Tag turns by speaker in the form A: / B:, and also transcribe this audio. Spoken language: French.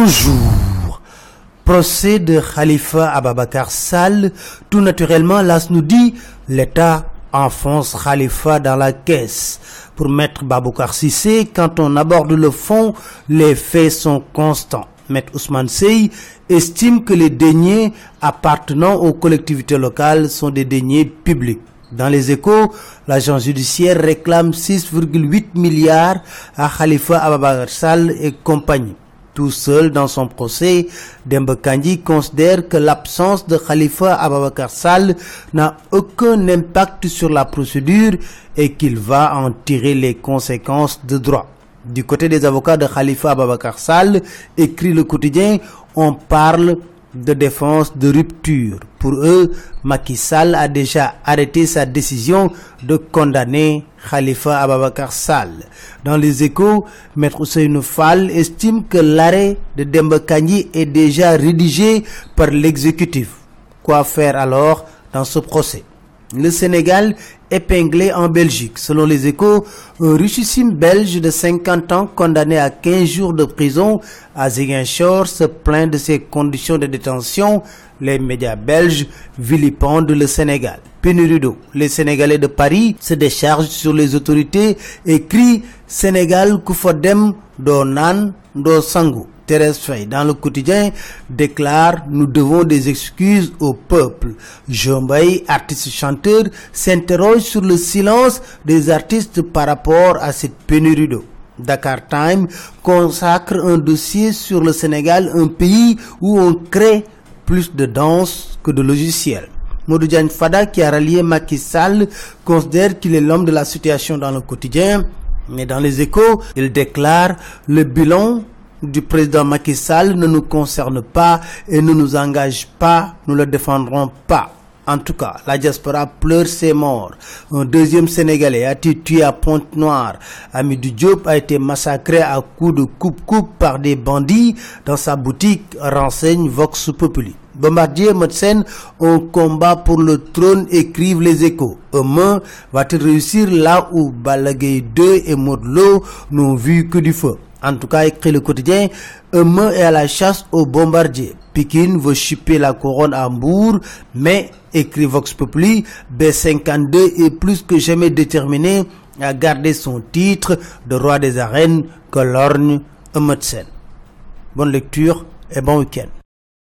A: Bonjour. Procès de Khalifa Ababacar Sall. Tout naturellement, l'AS nous dit l'État enfonce Khalifa dans la caisse. Pour Maître Baboucar Cissé, quand on aborde le fond, les faits sont constants. Maître Ousmane Seye estime que les deniers appartenant aux collectivités locales sont des deniers publics. Dans les Échos, l'agence judiciaire réclame 6,8 milliards à Khalifa Ababacar Sall et compagnie. Tout seul dans son procès, Demba Kandji considère que l'absence de Khalifa Ababacar Sall n'a aucun impact sur la procédure et qu'il va en tirer les conséquences de droit. Du côté des avocats de Khalifa Ababacar Sall, écrit le quotidien, on parle de défense de rupture. Pour eux, Macky Sall a déjà arrêté sa décision de condamner Khalifa Ababacar Sall. Dans les Échos, Maître Ousseynou Fall estime que l'arrêt de Demba Kandji est déjà rédigé par l'exécutif. Quoi faire alors dans ce procès? Le Sénégal épinglé en Belgique. Selon les Échos, un richissime belge de 50 ans condamné à 15 jours de prison à Ziguinchor se plaint de ses conditions de détention. Les médias belges vilipendent le Sénégal. Pénurie d'eau. Les Sénégalais de Paris se déchargent sur les autorités et crient Sénégal Koufodem do Nan do Sango. Thérèse Faye, dans le quotidien, déclare « Nous devons des excuses au peuple ». Jombaï, artiste chanteur, s'interroge sur le silence des artistes par rapport à cette pénurie d'eau. Dakar Time consacre un dossier sur le Sénégal, un pays où on crée plus de danse que de logiciels. Modou Diagne Fada, qui a rallié Macky Sall, considère qu'il est l'homme de la situation dans le quotidien. Mais dans les Échos, il déclare « Le bilan du président Macky Sall ne nous concerne pas et ne nous engage pas, nous le défendrons pas. En tout cas, la diaspora pleure ses morts. Un deuxième Sénégalais a été tué à Pointe-Noire. Amidou Diop a été massacré à coups de coupe-coupe par des bandits dans sa boutique, renseigne Vox Populi. Bombardier Motsen, on combat pour le trône, écrivent les Échos. Eumeu va-t-il réussir là où Balla Gaye 2 et Modou Lo n'ont vu que du feu? En tout cas, écrit le quotidien, Eumeu est à la chasse aux bombardiers. Pikine veut chipper la couronne à Mbour, mais, écrit Vox Populi, B52 est plus que jamais déterminé à garder son titre de roi des arènes que lorgne Eumeu Sène. Bonne lecture et bon week-end.